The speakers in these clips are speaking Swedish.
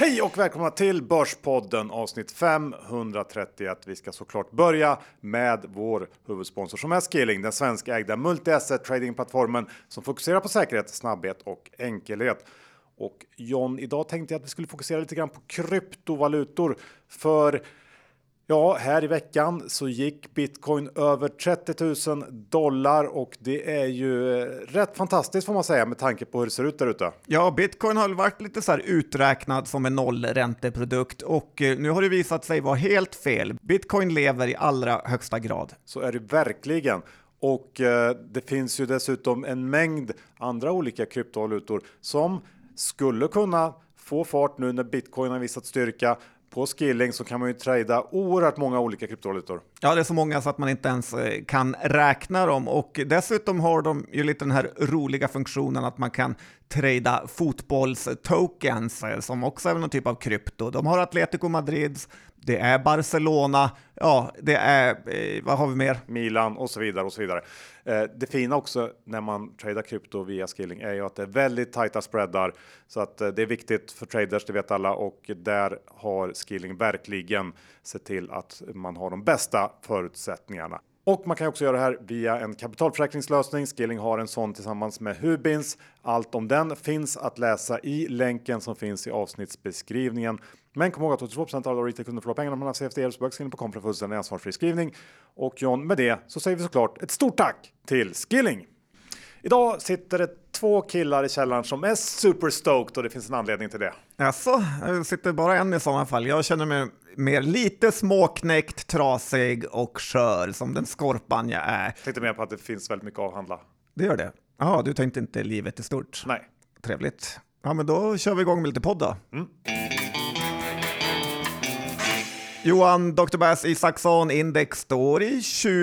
Hej och välkomna till Börspodden avsnitt 531. Vi ska såklart börja med vår huvudsponsor som är Skilling, den svenskägda multi-asset tradingplattformen som fokuserar på säkerhet, snabbhet och enkelhet. Och John, idag tänkte jag att vi skulle fokusera lite grann på kryptovalutor. För ja, här i veckan så gick Bitcoin över $30,000 och det är ju rätt fantastiskt får man säga med tanke på hur det ser ut där ute. Ja, Bitcoin har varit lite så här uträknad som en nollränteprodukt och nu har det visat sig vara helt fel. Bitcoin lever i allra högsta grad. Så är det verkligen. Och det finns ju dessutom en mängd andra olika kryptovalutor som skulle kunna få fart nu när Bitcoin har visat styrka. På Skilling så kan man ju trada oerhört många olika kryptovalutor. Ja, det är så många så att man inte ens kan räkna dem. Och dessutom har de ju lite den här roliga funktionen att man kan trada fotbollstokens som också är någon typ av krypto. De har Atletico Madrids, det är Barcelona, ja, det är, vad har vi mer? Milan och så vidare och så vidare. Det fina också när man tradar krypto via Skilling är ju att det är väldigt tajta spreadar. Så att det är viktigt för traders, det vet alla. Och där har Skilling verkligen sett till att man har de bästa förutsättningarna. Och man kan också göra det här via en kapitalförsäkringslösning. Skilling har en sån tillsammans med Hubins. Allt om den finns att läsa i länken som finns i avsnittsbeskrivningen. Men kom ihåg att 82% av retailkunder förlorar pengarna mellan CFD och Skilling.com för fullständig ansvarsfri skrivning. Och John, med det så säger vi såklart ett stort tack till Skilling! Idag sitter det två killar i källaren som är super stoked och det finns en anledning till det. Alltså, jag sitter bara en i sådana fall. Jag känner mig mer lite småknäckt, trasig och skör som den skorpan jag är. Jag tänkte mer på att det finns väldigt mycket att avhandla. Det gör det? Ja, du tänkte inte livet i stort? Nej. Trevligt. Ja, men då kör vi igång med lite podd då. Johan, Dr. Bass Isaksson, index står i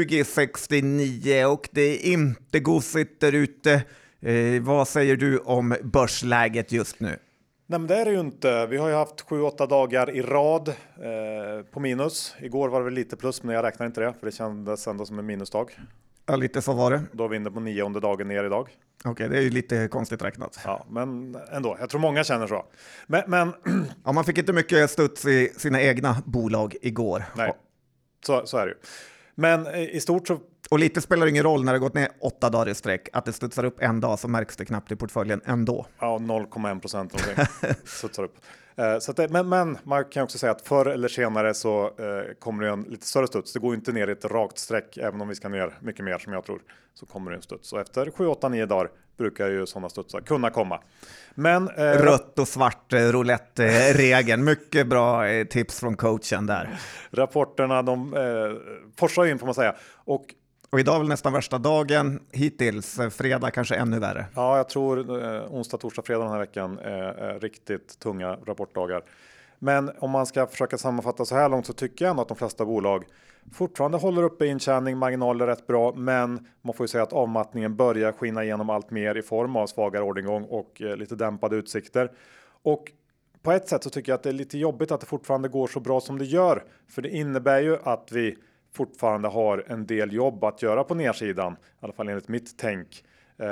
2069 och det är inte gosigt där ute. Vad säger du om börsläget just nu? Nej, men det är det ju inte. Vi har ju haft 7-8 dagar i rad på minus. Igår var det väl lite plus, men jag räknar inte det för det kändes ändå som en minusdag. Ja, lite så var det. Då är vi inne på 9:e dagen ner idag. Okej, det är ju lite konstigt räknat. Ja, men ändå. Jag tror många känner så. Men ja, man fick inte mycket studs i sina egna bolag igår. Nej, så är det ju. Men i stort så... Och lite spelar det ingen roll när det gått ner 8 dagar i sträck. Att det studsar upp en dag så märks det knappt i portföljen ändå. Ja, 0,1% någonting studsar upp. Så att men man kan också säga att förr eller senare så kommer det en lite större studs. Det går inte ner i ett rakt streck, även om vi ska ner mycket mer som jag tror. Så kommer det en studs. Så efter 7-8-9 dagar brukar ju sådana studsar kunna komma. Men, rött och svart roulette-regeln. Mycket bra tips från coachen där. Rapporterna, de forsar in får man säga. Och idag är väl nästan värsta dagen hittills, fredag kanske ännu värre. Ja, jag tror onsdag, torsdag, fredag den här veckan är riktigt tunga rapportdagar. Men om man ska försöka sammanfatta så här långt så tycker jag ändå att de flesta bolag fortfarande håller uppe intjäning, marginaler rätt bra. Men man får ju säga att avmattningen börjar skina igenom allt mer i form av svagare orderingång och lite dämpade utsikter. Och på ett sätt så tycker jag att det är lite jobbigt att det fortfarande går så bra som det gör. För det innebär ju att vi fortfarande har en del jobb att göra på nedsidan, i alla fall enligt mitt tänk.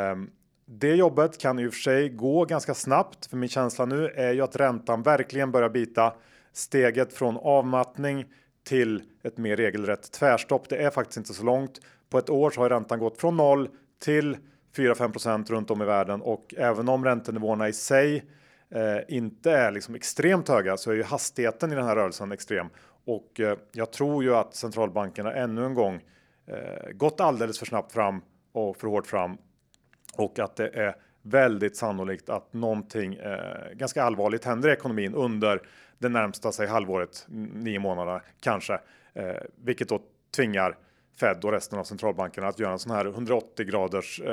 Det jobbet kan i och för sig gå ganska snabbt, för min känsla nu är ju att räntan verkligen börjar bita. Steget från avmattning till ett mer regelrätt tvärstopp, det är faktiskt inte så långt. På ett år så har räntan gått från 0 till 4-5% runt om i världen, och även om räntenivåerna i sig inte är liksom extremt höga så är ju hastigheten i den här rörelsen extrem. Och jag tror ju att centralbankerna ännu en gång gått alldeles för snabbt fram och för hårt fram. Och att det är väldigt sannolikt att någonting ganska allvarligt händer i ekonomin under det närmsta sig halvåret, 9 månader kanske. Vilket då tvingar Fed och resten av centralbankerna att göra en sån här 180 graders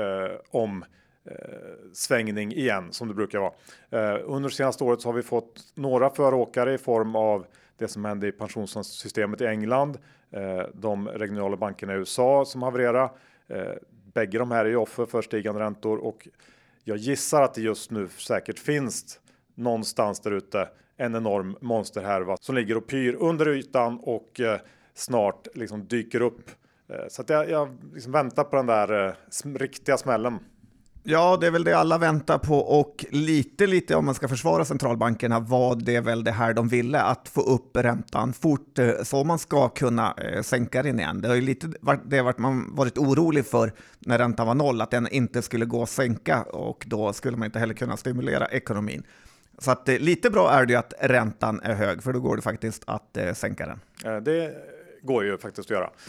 svängning igen som det brukar vara. Under det senaste året så har vi fått några föråkare i form av det som hände i pensionssystemet i England, de regionala bankerna i USA som havererar. Bägge de här är ju offer för stigande räntor, och jag gissar att det just nu säkert finns någonstans där ute en enorm monsterhärva som ligger och pyr under ytan och snart liksom dyker upp. Så att jag liksom väntar på den där riktiga smällen. Ja, det är väl det alla väntar på och lite om man ska försvara centralbankerna var det väl det här de ville, att få upp räntan fort så man ska kunna sänka den igen. Det har ju lite varit man varit orolig för när räntan var noll, att den inte skulle gå att sänka och då skulle man inte heller kunna stimulera ekonomin. Så att lite bra är det ju att räntan är hög, för då går det faktiskt att sänka den. Det går ju faktiskt att göra.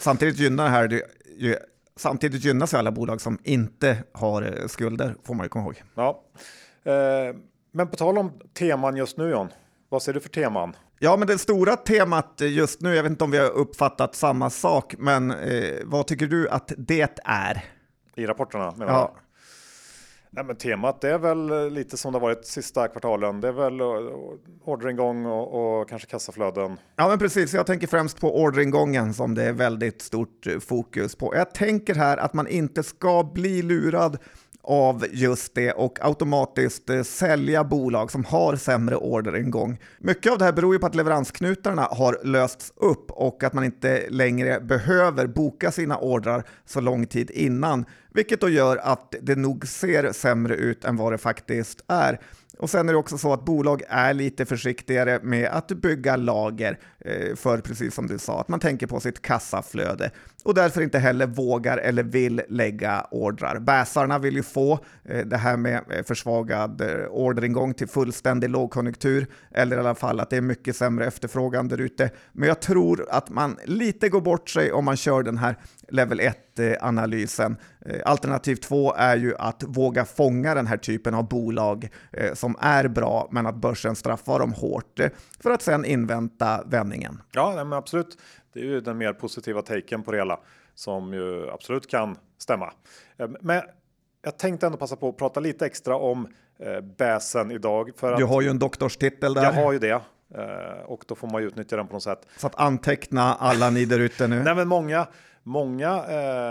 Samtidigt gynnas ju alla bolag som inte har skulder, får man ju komma ihåg. Ja. Men på tal om teman just nu, John. Vad ser du för teman? Ja, men det stora temat just nu, jag vet inte om vi har uppfattat samma sak, men vad tycker du att det är? I rapporterna, menar jag. Nej, men temat är väl lite som det har varit sista kvartalen. Det är väl orderingång och kanske kassaflöden. Ja, men precis. Jag tänker främst på orderingången som det är väldigt stort fokus på. Jag tänker här att man inte ska bli lurad av just det och automatiskt sälja bolag som har sämre orderingång. Mycket av det här beror ju på att leveransknutarna har lösts upp och att man inte längre behöver boka sina ordrar så lång tid innan, vilket då gör att det nog ser sämre ut än vad det faktiskt är. Och sen är det också så att bolag är lite försiktigare med att bygga lager för precis som du sa, att man tänker på sitt kassaflöde och därför inte heller vågar eller vill lägga ordrar. Bäsarna vill ju få det här med försvagad orderingång till fullständig lågkonjunktur eller i alla fall att det är mycket sämre efterfrågan där ute. Men jag tror att man lite går bort sig om man kör den här level 1-analysen. Alternativ 2 är ju att våga fånga den här typen av bolag som är bra men att börsen straffar dem hårt för att sen invänta vändningen. Ja, men absolut. Det är ju den mer positiva taken på det hela som ju absolut kan stämma. Men jag tänkte ändå passa på att prata lite extra om bäsen idag. För du har ju en doktorstitel där. Jag har ju det. Och då får man ju utnyttja den på något sätt. Så att anteckna alla ni där ute nu. Nej, men många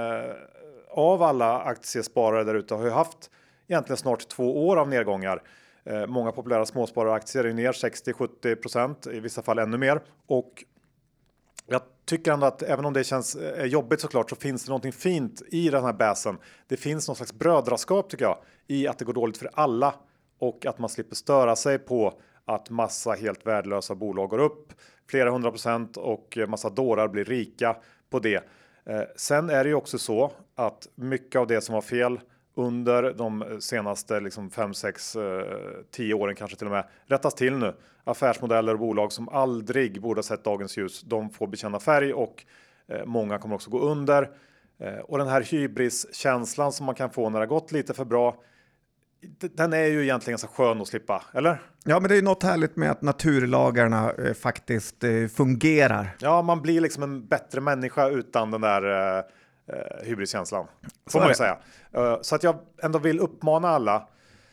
av alla aktiesparare där ute har ju haft egentligen snart 2 år av nedgångar. Många populära småspararaktier är ner 60-70%, i vissa fall ännu mer. Och jag tycker ändå att även om det känns jobbigt såklart så finns det någonting fint i den här bäsen. Det finns någon slags brödraskap tycker jag i att det går dåligt för alla och att man slipper störa sig på att massa helt värdelösa bolag går upp flera 100% och massa dårar blir rika på det. Sen är det ju också så att mycket av det som var fel under de senaste liksom 5, 6, 10 åren kanske till och med rättas till nu. Affärsmodeller och bolag som aldrig borde ha sett dagens ljus, de får bekänna färg och många kommer också gå under. Och den här hybriskänslan som man kan få när det har gått lite för bra, den är ju egentligen så skön att slippa, eller? Ja, men det är ju något härligt med att naturlagarna faktiskt fungerar. Ja, man blir liksom en bättre människa utan den där hybriskänslan, får man säga. Så att jag ändå vill uppmana alla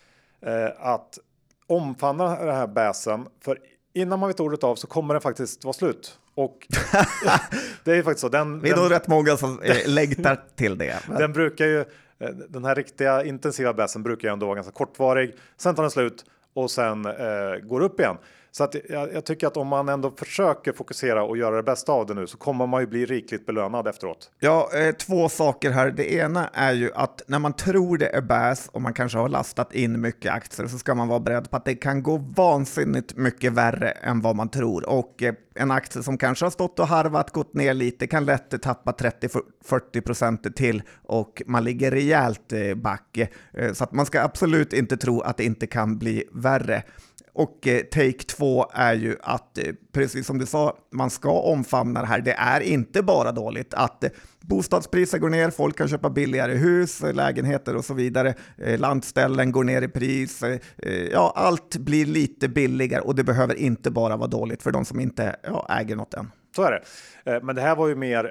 att omfamna den här bäsen, för innan man vet ordet av så kommer den faktiskt vara slut. Och det är faktiskt så. Det är nog rätt många som längtar till det. Den brukar ju, den här riktiga intensiva bäsen brukar ju ändå vara ganska kortvarig. Sen tar den slut och sen går upp igen. Så att jag tycker att om man ändå försöker fokusera och göra det bästa av det nu så kommer man ju bli rikligt belönad efteråt. Ja, 2 saker här. Det ena är ju att när man tror det är bäs och man kanske har lastat in mycket aktier så ska man vara beredd på att det kan gå vansinnigt mycket värre än vad man tror. Och en aktie som kanske har stått och harvat, gått ner lite, kan lätt tappa 30-40% till och man ligger rejält back. Så att man ska absolut inte tro att det inte kan bli värre. Och take 2 är ju att, precis som du sa, man ska omfamna det här. Det är inte bara dåligt att bostadspriser går ner, folk kan köpa billigare hus, lägenheter och så vidare. Landställen går ner i pris. Ja, allt blir lite billigare och det behöver inte bara vara dåligt för de som inte äger något än. Så är det. Men det här var ju mer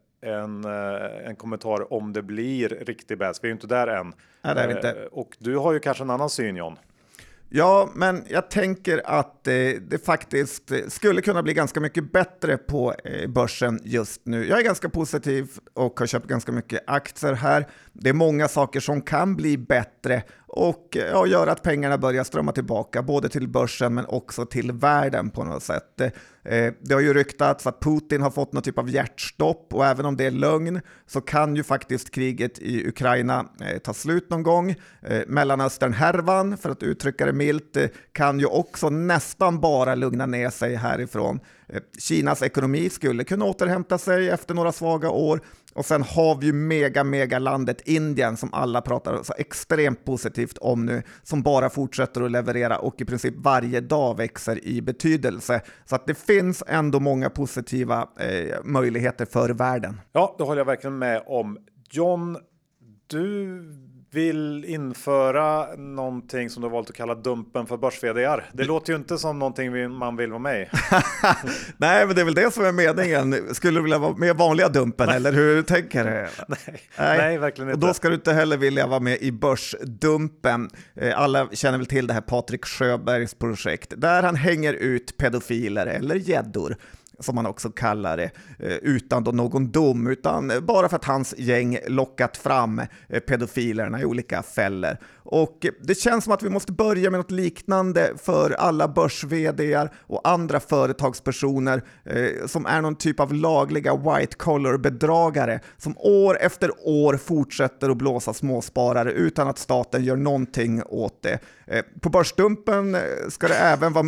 en kommentar om det blir riktig bäs. Vi är ju inte där än. Nej, det är vi inte. Och du har ju kanske en annan syn, John. Ja, men jag tänker att det faktiskt skulle kunna bli ganska mycket bättre på börsen just nu. Jag är ganska positiv och har köpt ganska mycket aktier här. Det är många saker som kan bli bättre och gör att pengarna börjar strömma tillbaka både till börsen men också till världen på något sätt. Det har ju ryktats att Putin har fått någon typ av hjärtstopp, och även om det är lögn så kan ju faktiskt kriget i Ukraina ta slut någon gång. Mellanöstern-härvan, för att uttrycka det milt, kan ju också nästan bara lugna ner sig härifrån. Kinas ekonomi skulle kunna återhämta sig efter några svaga år, och sen har vi ju mega landet Indien som alla pratar så extremt positivt om nu, som bara fortsätter att leverera och i princip varje dag växer i betydelse. Så att det finns ändå många positiva möjligheter för världen. Ja, det håller jag verkligen med om. John, du vill införa någonting som du har valt att kalla dumpen för börs-vd:ar. Det låter ju inte som någonting man vill vara med i. Nej, men det är väl det som är meningen. Skulle du vilja vara med i vanliga dumpen, eller hur tänker du? Nej, verkligen inte. Och då ska du inte heller vilja vara med i börsdumpen. Alla känner väl till det här Patrik Sjöbergs projekt, där han hänger ut pedofiler eller gäddor, som man också kallar det, utan då någon dom, utan bara för att hans gäng lockat fram pedofilerna i olika fällor. Och det känns som att vi måste börja med något liknande för alla börs-vd:ar och andra företagspersoner som är någon typ av lagliga white-collar-bedragare som år efter år fortsätter att blåsa småsparare utan att staten gör någonting åt det. På börsdumpen ska det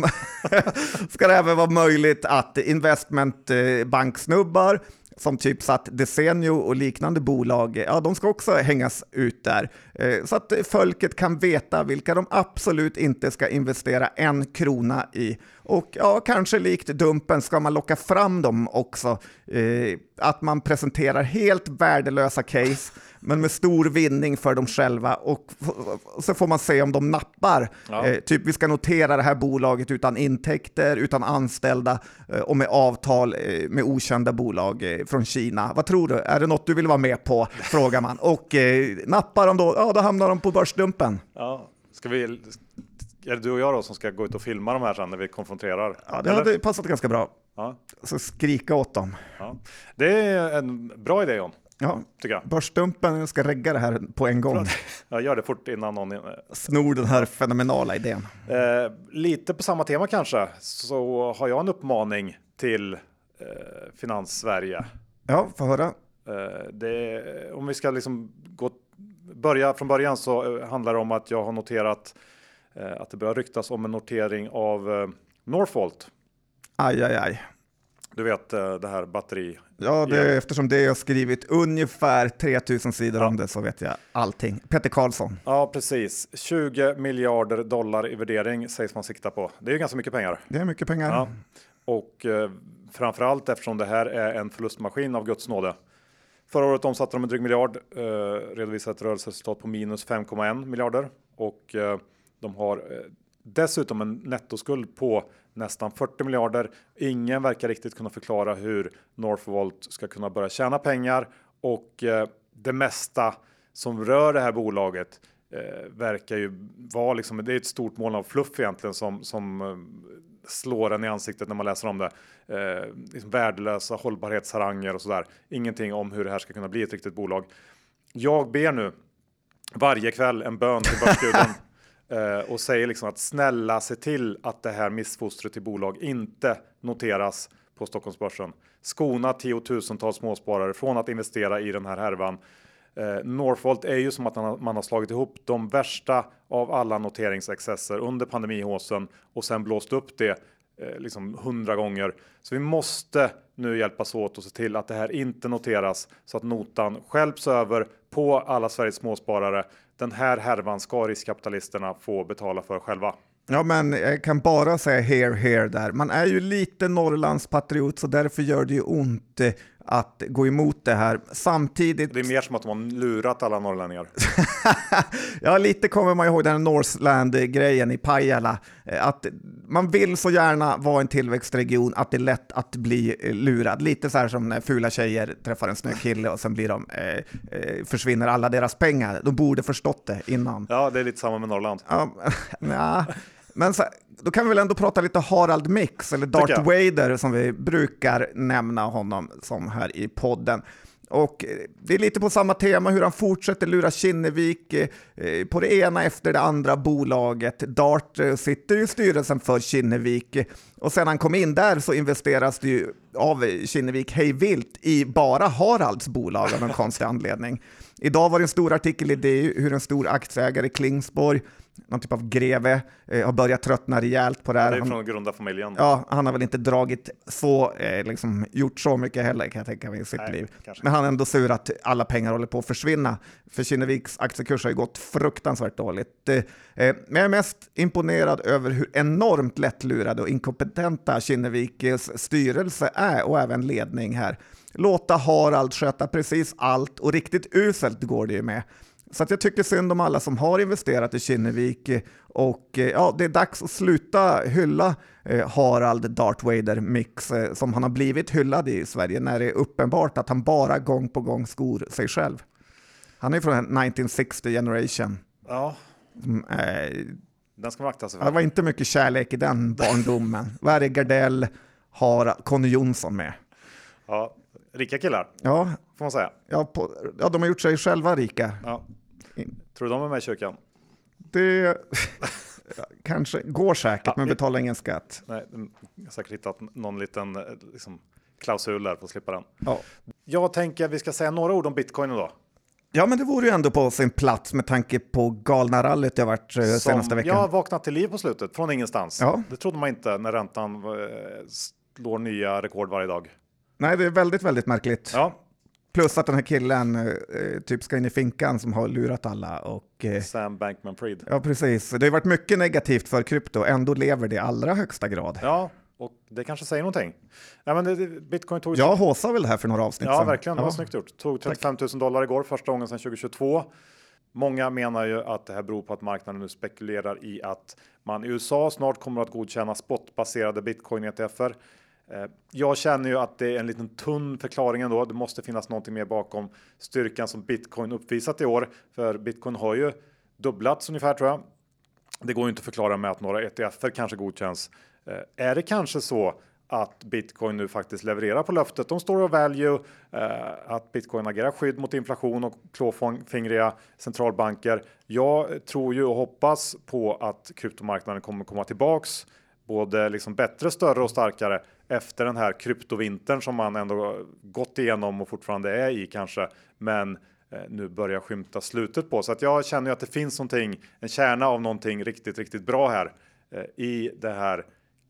även vara möjligt att investmentbanksnubbar som typ satt Desenio och liknande bolag, de ska också hängas ut där. Så att folket kan veta vilka de absolut inte ska investera en krona i. Och kanske likt dumpen ska man locka fram dem också. Att man presenterar helt värdelösa case, men med stor vinning för dem själva, och så får man se om de nappar. Ja. Typ vi ska notera det här bolaget utan intäkter, utan anställda och med avtal med okända bolag från Kina. Vad tror du? Är det något du vill vara med på? Frågar man. Och nappar de då hamnar de på börsdumpen. Ja, är det du och jag då som ska gå ut och filma de här sen när vi konfronterar? Ja, det hade passat ganska bra. Ja. Så skrika åt dem. Ja. Det är en bra idé, John. Ja, tycker jag. Börsdumpen ska regga det här på en gång. Jag gör det fort innan någon snor den här fenomenala idén. Lite på samma tema kanske, så har jag en uppmaning till Finans-Sverige. Ja, få höra. Om vi ska liksom börja från början, så handlar det om att jag har noterat att det börjar ryktas om en notering av Northvolt. Aj. Du vet det här batteri. Ja, eftersom det har skrivit ungefär 3000 sidor om det, så vet jag allting. Peter Karlsson. Ja, precis. 20 miljarder dollar i värdering sägs man sikta på. Det är ju ganska mycket pengar. Det är mycket pengar. Ja. Och framförallt eftersom det här är en förlustmaskin av Guds nåde. Förra året omsatte de en dryg miljard, redovisade ett rörelseresultat på minus 5,1 miljarder. Och de har dessutom en nettoskuld på nästan 40 miljarder. Ingen verkar riktigt kunna förklara hur Northvolt ska kunna börja tjäna pengar. Och det mesta som rör det här bolaget verkar ju vara liksom, det är ett stort moln av fluff egentligen som slår en i ansiktet när man läser om det. Liksom värdelösa hållbarhetsharanger och sådär. Ingenting om hur det här ska kunna bli ett riktigt bolag. Jag ber nu varje kväll en bön till börsguden och säger liksom att snälla se till att det här missfostret till bolag inte noteras på Stockholmsbörsen. Skona tiotusentals småsparare från att investera i den här härvan. Northvolt är ju som att man har slagit ihop de värsta av alla noteringsexcesser under pandemihåsen och sen blåst upp det liksom 100 gånger. Så vi måste nu hjälpas åt och se till att det här inte noteras, så att notan stjälps över på alla Sveriges småsparare. Den här härvan ska riskkapitalisterna få betala för själva. Ja, men jag kan bara säga here där. Man är ju lite Norrlandspatriot, så därför gör det ju ont att gå emot det här. Samtidigt... Det är mer som att de har lurat alla norrlänningar. Ja, lite kommer man ihåg den här Northland-grejen i Pajala. Att man vill så gärna vara en tillväxtregion att det är lätt att bli lurad. Lite så här som när fula tjejer träffar en snygg kille och sen blir försvinner alla deras pengar. De borde förstått det innan. Ja, det är lite samma med Norrland. Ja, men så, då kan vi väl ändå prata lite Harald Mix eller Darth Vader som vi brukar nämna honom som här i podden. Och det är lite på samma tema hur han fortsätter lura Kinnevik på det ena efter det andra bolaget. Dart sitter i styrelsen för Kinnevik och sen han kom in där så investeras det ju av Kinnevik hej vilt i bara Haralds bolag av någon konstig anledning. Idag var det en stor artikel i det hur en stor aktieägare i Klingsborg, någon typ av greve, har börjat tröttna rejält på det här. Det är från grundarfamiljen. Ja, han har väl inte dragit så, gjort så mycket heller kan jag tänka mig i sitt liv. Kanske. Men han är ändå sur att alla pengar håller på att försvinna. För Kinneviks aktiekurs har ju gått fruktansvärt dåligt. Men jag är mest imponerad över hur enormt lättlurade och inkompetenta Kinneviks styrelse är och även ledning här. Låta Harald sköta precis allt och riktigt uselt går det ju med. Så att jag tycker synd om alla som har investerat i Kinnevik och ja, det är dags att sluta hylla Harald Darth Vader Mix som han har blivit hyllad i Sverige när det är uppenbart att han bara gång på gång skor sig själv. Han är från 1960 generation. Ja, den ska man akta sig för. Det var inte mycket kärlek i den barndomen. Vad är det Gardell har Conny Jonsson med? Ja, rika killar. Ja. Får man säga. Ja, de har gjort sig själva rika. Ja. Tror du de är med i kyrkan? Det kanske går säkert, men betalar ingen skatt. Nej, jag har säkert hittat någon liten klausul där för att slippa den. Ja. Jag tänker att vi ska säga några ord om Bitcoin idag. Ja, men det vore ju ändå på sin plats med tanke på galna rallyt det har varit senaste veckan. Jag har vaknat till liv på slutet, från ingenstans. Ja. Det trodde man inte när räntan slår nya rekord varje dag. Nej, det är väldigt, väldigt märkligt. Ja. Plus att den här killen typ ska in i finkan som har lurat alla. Och, Sam Bankman-Fried. Ja, precis. Det har varit mycket negativt för krypto. Ändå lever det i allra högsta grad. Ja, och det kanske säger någonting. Ja, men Bitcoin tog... Jag håsade väl det här för några avsnitt sedan. Ja, verkligen. Det var snyggt gjort. Tog $35,000 igår, första gången sedan 2022. Många menar ju att det här beror på att marknaden nu spekulerar i att man i USA snart kommer att godkänna spotbaserade Bitcoin-ETFer. Jag känner ju att det är en liten tunn förklaring ändå. Det måste finnas någonting mer bakom styrkan som Bitcoin uppvisat i år. För Bitcoin har ju dubblats ungefär, tror jag. Det går ju inte att förklara med att några ETFer kanske godkänns. Är det kanske så att Bitcoin nu faktiskt levererar på löftet om store value, att Bitcoin agerar skydd mot inflation och klåfingriga centralbanker? Jag tror ju och hoppas på att kryptomarknaden kommer komma tillbaks både liksom bättre, större och starkare efter den här kryptovintern som man ändå gått igenom och fortfarande är i kanske, men nu börjar skymta slutet på. Så att jag känner ju att det finns någonting, en kärna av någonting riktigt, riktigt bra här i det här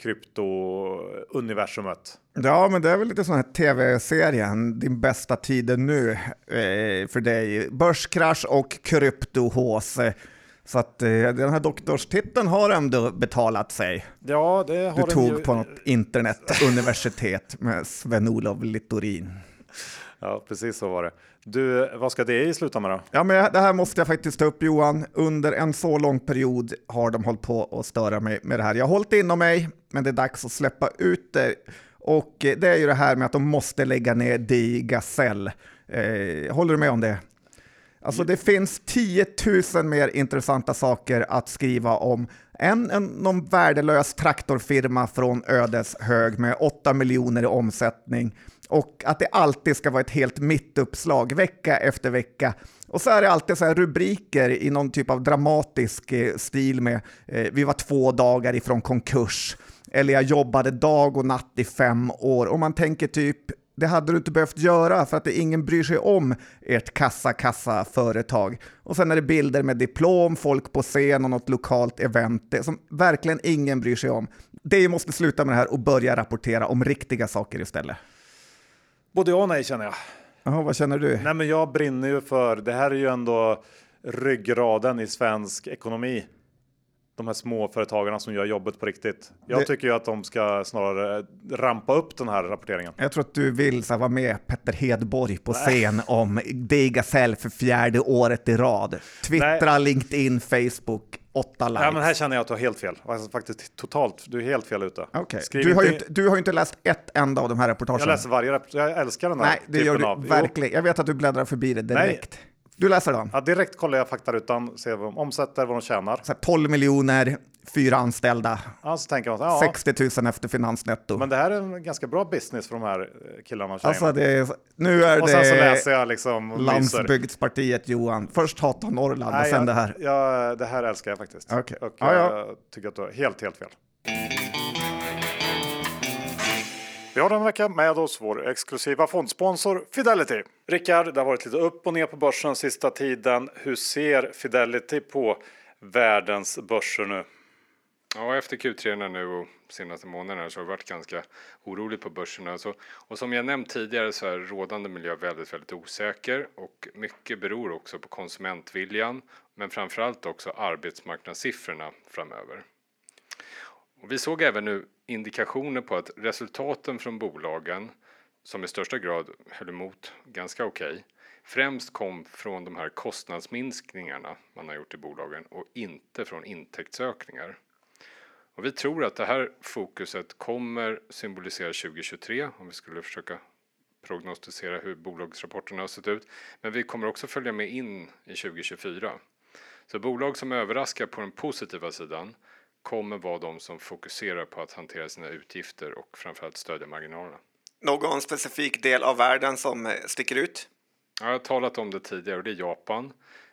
krypto-universumet. Ja, men det är väl lite sån här tv-serien, din bästa tider nu för dig. Börskrasch och kryptohås. Så att den här doktorstiteln har ändå betalat sig. Ja, det har du tog på något internetuniversitet med Sven-Olof Littorin. Ja, precis så var det. Du, vad ska det i sluta med då? Ja, men det här måste jag faktiskt ta upp, Johan. Under en så lång period har de hållit på att störa mig med det här. Jag har hållit inom mig, men det är dags att släppa ut det. Och det är ju det här med att de måste lägga ner DI Gasell. Håller du med om det? Alltså det finns 10 000 mer intressanta saker att skriva om än någon värdelös traktorfirma från Ödeshög med 8 miljoner i omsättning. Och att det alltid ska vara ett helt mittuppslag vecka efter vecka. Och så är det alltid så här rubriker i någon typ av dramatisk stil med vi var 2 dagar ifrån konkurs. Eller jag jobbade dag och natt i 5 år. Och man tänker typ, det hade du inte behövt göra för att det ingen bryr sig om ert kassa företag. Och sen är det bilder med diplom, folk på scen och något lokalt event som verkligen ingen bryr sig om. Det måste sluta med det här och börja rapportera om riktiga saker istället. Både ja och nej känner jag. Jaha, vad känner du? Nej, men jag brinner ju för, det här är ju ändå ryggraden i svensk ekonomi. De här småföretagarna som gör jobbet på riktigt. Jag tycker ju att de ska snarare rampa upp den här rapporteringen. Jag tror att du vill så här, vara med Petter Hedborg på scen om DI Gasell för 4:e året i rad. Twittra, LinkedIn, Facebook, 8 likes. Ja, men här känner jag att du har helt fel. Alltså, faktiskt totalt, du är helt fel ute. Okay. Du har ju inte läst ett enda av de här reportagen. Jag läser varje reportage. Jag älskar den här. Nej, det gör du verkligen. Jag vet att du bläddrar förbi det direkt. Nej. Du läser dem? Ja, direkt kollar jag faktarutan, ser vad de omsätter, vad de tjänar. Så 12 miljoner 4 anställda. Ja, så tänker man så, 60 000 efter finansnetto. Men det här är en ganska bra business för de här killarna och tjejerna. Alltså nu är och det sen så läser jag liksom Landsbygdspartiet, Johan. Först hatar Norrland och sen det här. Ja, det här älskar jag faktiskt. Okay. Och jag tycker att du har helt fel. Vi har den vecka med oss vår exklusiva fondsponsor Fidelity. Rickard, det har varit lite upp och ner på börsen sista tiden. Hur ser Fidelity på världens börser nu? Ja, efter Q3 nu och senaste månaderna så har det varit ganska oroligt på börserna. Och som jag nämnt tidigare så är rådande miljö väldigt, väldigt osäker. Och mycket beror också på konsumentviljan. Men framförallt också arbetsmarknadssiffrorna framöver. Och vi såg även nu indikationer på att resultaten från bolagen som i största grad höll emot ganska okej, främst kom från de här kostnadsminskningarna man har gjort i bolagen och inte från intäktsökningar. Och vi tror att det här fokuset kommer symbolisera 2023 om vi skulle försöka prognostisera hur bolagsrapporterna har sett ut. Men vi kommer också följa med in i 2024. Så bolag som överraskar på den positiva sidan kommer vara de som fokuserar på att hantera sina utgifter och framförallt stödja marginalerna. Någon specifik del av världen som sticker ut? Jag har talat om det tidigare och det är Japan.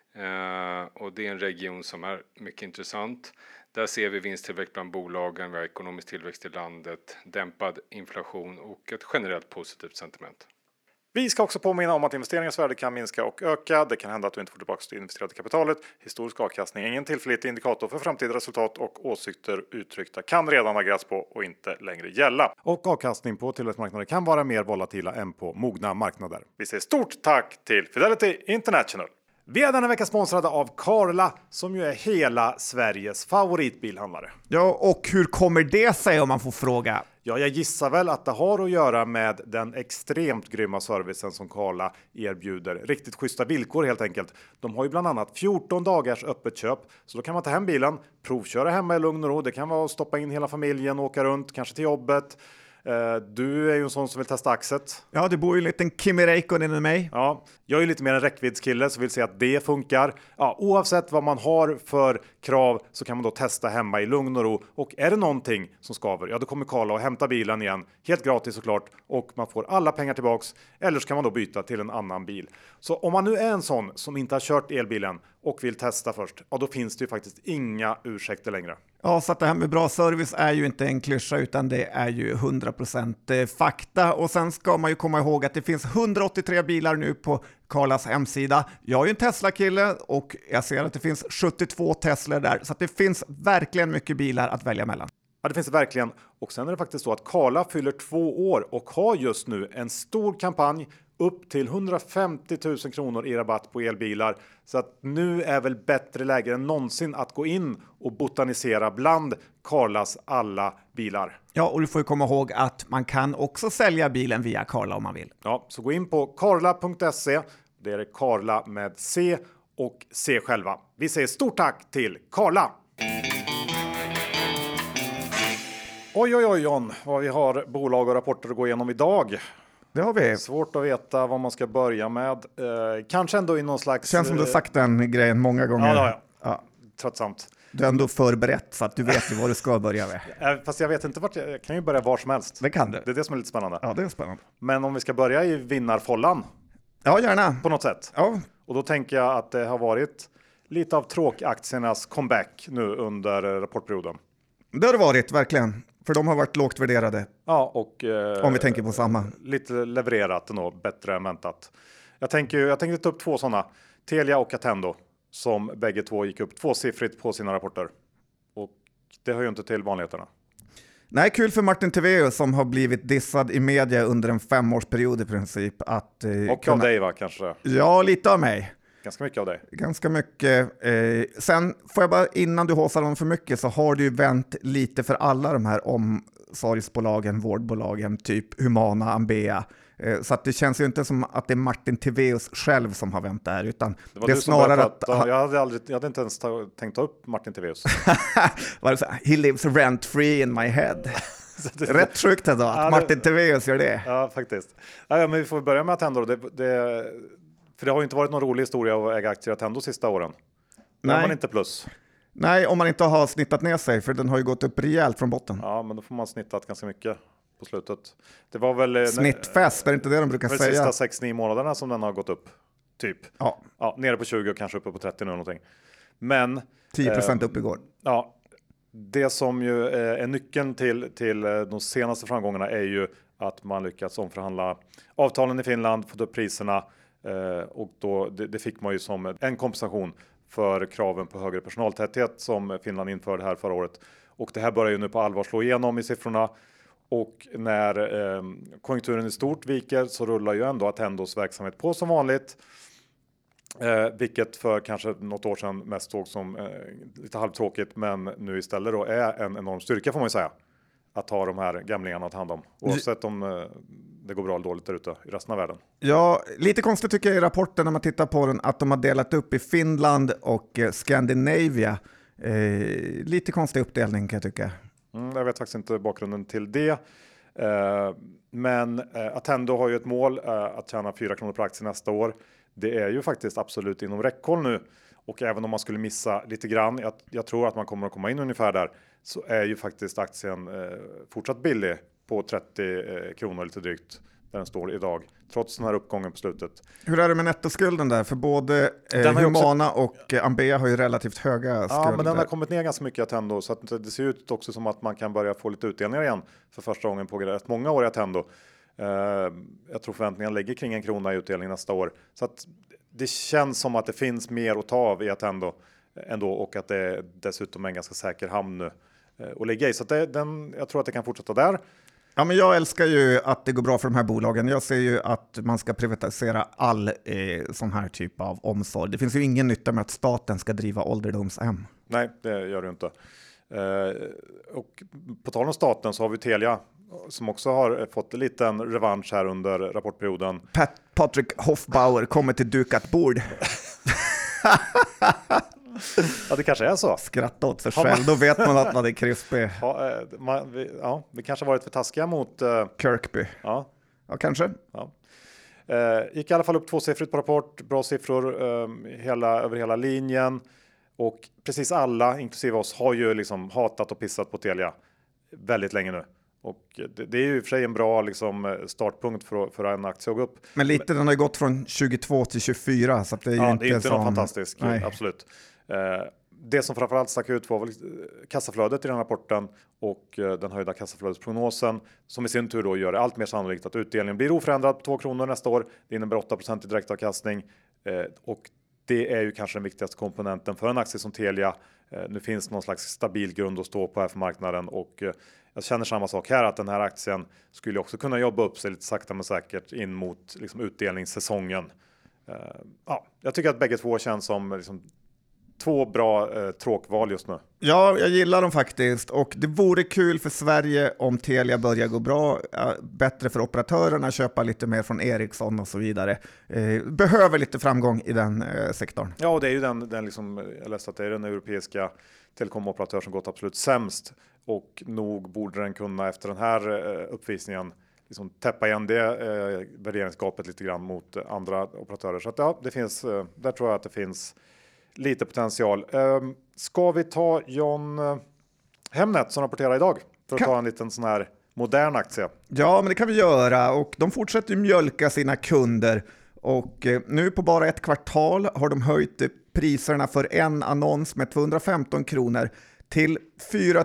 Och det är en region som är mycket intressant. Där ser vi vinsttillväxt bland bolagen, vi har ekonomisk tillväxt i landet, dämpad inflation och ett generellt positivt sentiment. Vi ska också påminna om att investeringars värde kan minska och öka. Det kan hända att du inte får tillbaka det investerade kapitalet. Historisk avkastning är ingen tillförlitlig indikator för framtida resultat och åsikter uttryckta kan redan ha gräts på och inte längre gälla. Och avkastning på tillväxtmarknader kan vara mer volatila än på mogna marknader. Vi säger stort tack till Fidelity International. Vi är denna vecka sponsrade av Carla som ju är hela Sveriges favoritbilhandlare. Ja, och hur kommer det sig om man får fråga? Ja, jag gissar väl att det har att göra med den extremt grymma servicen som Carla erbjuder. Riktigt schyssta villkor helt enkelt. De har ju bland annat 14 dagars öppet köp. Så då kan man ta hem bilen, provköra hemma i lugn och ro. Det kan vara att stoppa in hela familjen och åka runt, kanske till jobbet. Du är ju en sån som vill testa axet. Ja, du bor ju en liten Kimi Räikkönen i mig. Ja, jag är ju lite mer en räckviddskille så vill se att det funkar. Ja, oavsett vad man har för krav så kan man då testa hemma i lugn och ro. Och är det någonting som skaver, ja då kommer Carla och hämta bilen igen. Helt gratis såklart. Och man får alla pengar tillbaks. Eller så kan man då byta till en annan bil. Så om man nu är en sån som inte har kört elbilen och vill testa först, ja då finns det ju faktiskt inga ursäkter längre. Ja, så att det här med bra service är ju inte en klyscha utan det är ju 100% fakta. Och sen ska man ju komma ihåg att det finns 183 bilar nu på Carlas hemsida. Jag är ju en Tesla-kille och jag ser att det finns 72 Teslor där. Så att det finns verkligen mycket bilar att välja mellan. Ja, det finns det verkligen. Och sen är det faktiskt så att Carla fyller 2 år och har just nu en stor kampanj upp till 150 000 kronor i rabatt på elbilar. Så att nu är väl bättre läge än någonsin att gå in och botanisera bland Carlas alla bilar. Ja, och du får ju komma ihåg att man kan också sälja bilen via Carla om man vill. Ja, så gå in på carla.se. Det är Carla med C och C själva. Vi säger stort tack till Carla! Oj John, vad vi har bolag och rapporter att gå igenom idag. Det har vi. Svårt att veta vad man ska börja med. Kanske ändå i någon slags... Känns som du har sagt den grejen många gånger. Ja. Tröttsamt. Du är ändå förberett så att du vet ju vad du ska börja med. Fast jag vet inte vart jag kan ju börja var som helst. Det kan du. Det är det som är lite spännande. Ja, det är spännande. Men om vi ska börja i vinnarfållan. Ja, gärna. På något sätt. Ja. Och då tänker jag att det har varit lite av tråkaktiernas comeback nu under rapportperioden. Det har det varit, verkligen. För de har varit lågt värderade. Ja, och... om vi tänker på samma. Lite levererat ändå, bättre än väntat. Jag tänkte ta upp 2 sådana. Telia och Attendo. Som bägge 2 gick upp 2-siffrigt på sina rapporter. Och det hör ju inte till vanligheterna. Nej, kul för Martin Tivéus som har blivit dissad i media under en 5-årsperiod i princip. Och av dig va, kanske? Ja, lite av mig. Ganska mycket av dig. Ganska mycket. Sen får jag bara, innan du håsar dem för mycket så har du ju vänt lite för alla de här omsorgsbolagen, vårdbolagen, typ Humana, Ambea. Så att det känns ju inte som att det är Martin Tivéus själv som har vänt det här, utan det är snarare att... Jag hade inte ens tänkt ta upp Martin Tivéus. He lives rent free in my head. Rätt sjukt ändå att Martin Tivéus gör det. Ja, faktiskt. Ja, men vi får börja med Attendo. För det har ju inte varit någon rolig historia att äga aktier i Attendo sista åren. Nej. Man inte plus. Nej, om man inte har snittat ner sig, för den har ju gått upp rejält från botten. Ja, men då får man snittat ganska mycket på slutet. Det var väl snittfest, är det inte det de brukar säga? De sista 6-9 månaderna som den har gått upp, typ. Ja. Ja, nere på 20 och kanske uppe på 30 nu någonting. Men 10% upp igår. Ja, det som ju är nyckeln till de senaste framgångarna är ju att man lyckats omförhandla avtalen i Finland, fått upp priserna och då det fick man ju som en kompensation för kraven på högre personaltäthet som Finland införde här förra året. Och det här börjar ju nu på allvar slå igenom i siffrorna. Och när konjunkturen i stort viker så rullar ju ändå Attendos verksamhet på som vanligt. Vilket för kanske något år sedan mest såg som lite halvtråkigt, men nu istället då är en enorm styrka får man ju säga. Att ha de här gamlingarna att ta hand om. Oavsett om det går bra eller dåligt där ute i resten av världen. Ja, lite konstigt tycker jag i rapporten när man tittar på den att de har delat upp i Finland och Scandinavia. Lite konstig uppdelning kan jag tycka. Jag vet faktiskt inte bakgrunden till det. Men Attendo har ju ett mål att tjäna 4 kronor per aktie nästa år. Det är ju faktiskt absolut inom räckhåll nu. Och även om man skulle missa lite grann, jag tror att man kommer att komma in ungefär där, så är ju faktiskt aktien fortsatt billig på 30 kronor lite drygt där den står idag, trots den här uppgången på slutet. Hur är det med nettoskulden där? För både Humana och Ambea har ju relativt höga skulder. Ja, men den har kommit ner ganska mycket i Attendo, så att det ser ut också som att man kan börja få lite utdelningar igen för första gången på rätt många år i Attendo. Jag tror förväntningarna ligger kring 1 krona i utdelning nästa år. Så att det känns som att det finns mer att ta av i Attendo ändå, och att det dessutom är en ganska säker hamn nu att ligga i. Så att jag tror att det kan fortsätta där. Ja, men jag älskar ju att det går bra för de här bolagen. Jag ser ju att man ska privatisera all sån här typ av omsorg. Det finns ju ingen nytta med att staten ska driva ålderdomshem. Nej, det gör det inte. Och på tal om staten så har vi Telia som också har fått en liten revansch här under rapportperioden. Patrik Hoffbauer kommer till dukat bord. Ja, det kanske är så. Skratta åt sig själv, då vet man att man är krispig. Vi kanske varit för taskiga mot Kirkby. Ja, kanske. Ja. Gick i alla fall upp 2-siffrigt på rapport. Bra siffror över hela linjen. Och precis alla, inklusive oss, har ju liksom hatat och pissat på Telia väldigt länge nu. Och det är ju i och för sig en bra startpunkt för en aktie att gå upp. Men lite, den har ju gått från 22 till 24. Så att det är ju det är inte någon fantastisk, absolut. Det som framförallt stack ut var kassaflödet i den rapporten och den höjda kassaflödesprognosen, som i sin tur då gör det allt mer sannolikt att utdelningen blir oförändrad på 2 kronor nästa år. Det innebär 8% i direktavkastning och det är ju kanske den viktigaste komponenten för en aktie som Telia. Nu finns någon slags stabil grund att stå på här för marknaden, och jag känner samma sak här, att den här aktien skulle också kunna jobba upp sig lite sakta men säkert in mot utdelningssäsongen. Jag tycker att bägge två känns som två bra tråkval just nu. Ja, jag gillar dem faktiskt, och det vore kul för Sverige om Telia börjar gå bra. Bättre för operatörerna, köpa lite mer från Ericsson och så vidare. Behöver lite framgång i den sektorn. Ja, och det är ju jag läste att det är den europeiska telekomoperatör som gått absolut sämst, och nog borde den kunna efter den här uppvisningen täppa igen det värderingsgapet lite grann mot andra operatörer. Så att det finns, där tror jag att det finns lite potential. Ska vi ta John Hemnet som rapporterar idag för att ta en liten sån här modern aktie? Ja, men det kan vi göra, och de fortsätter ju mjölka sina kunder, och nu på bara ett kvartal har de höjt priserna för en annons med 215 kronor till 4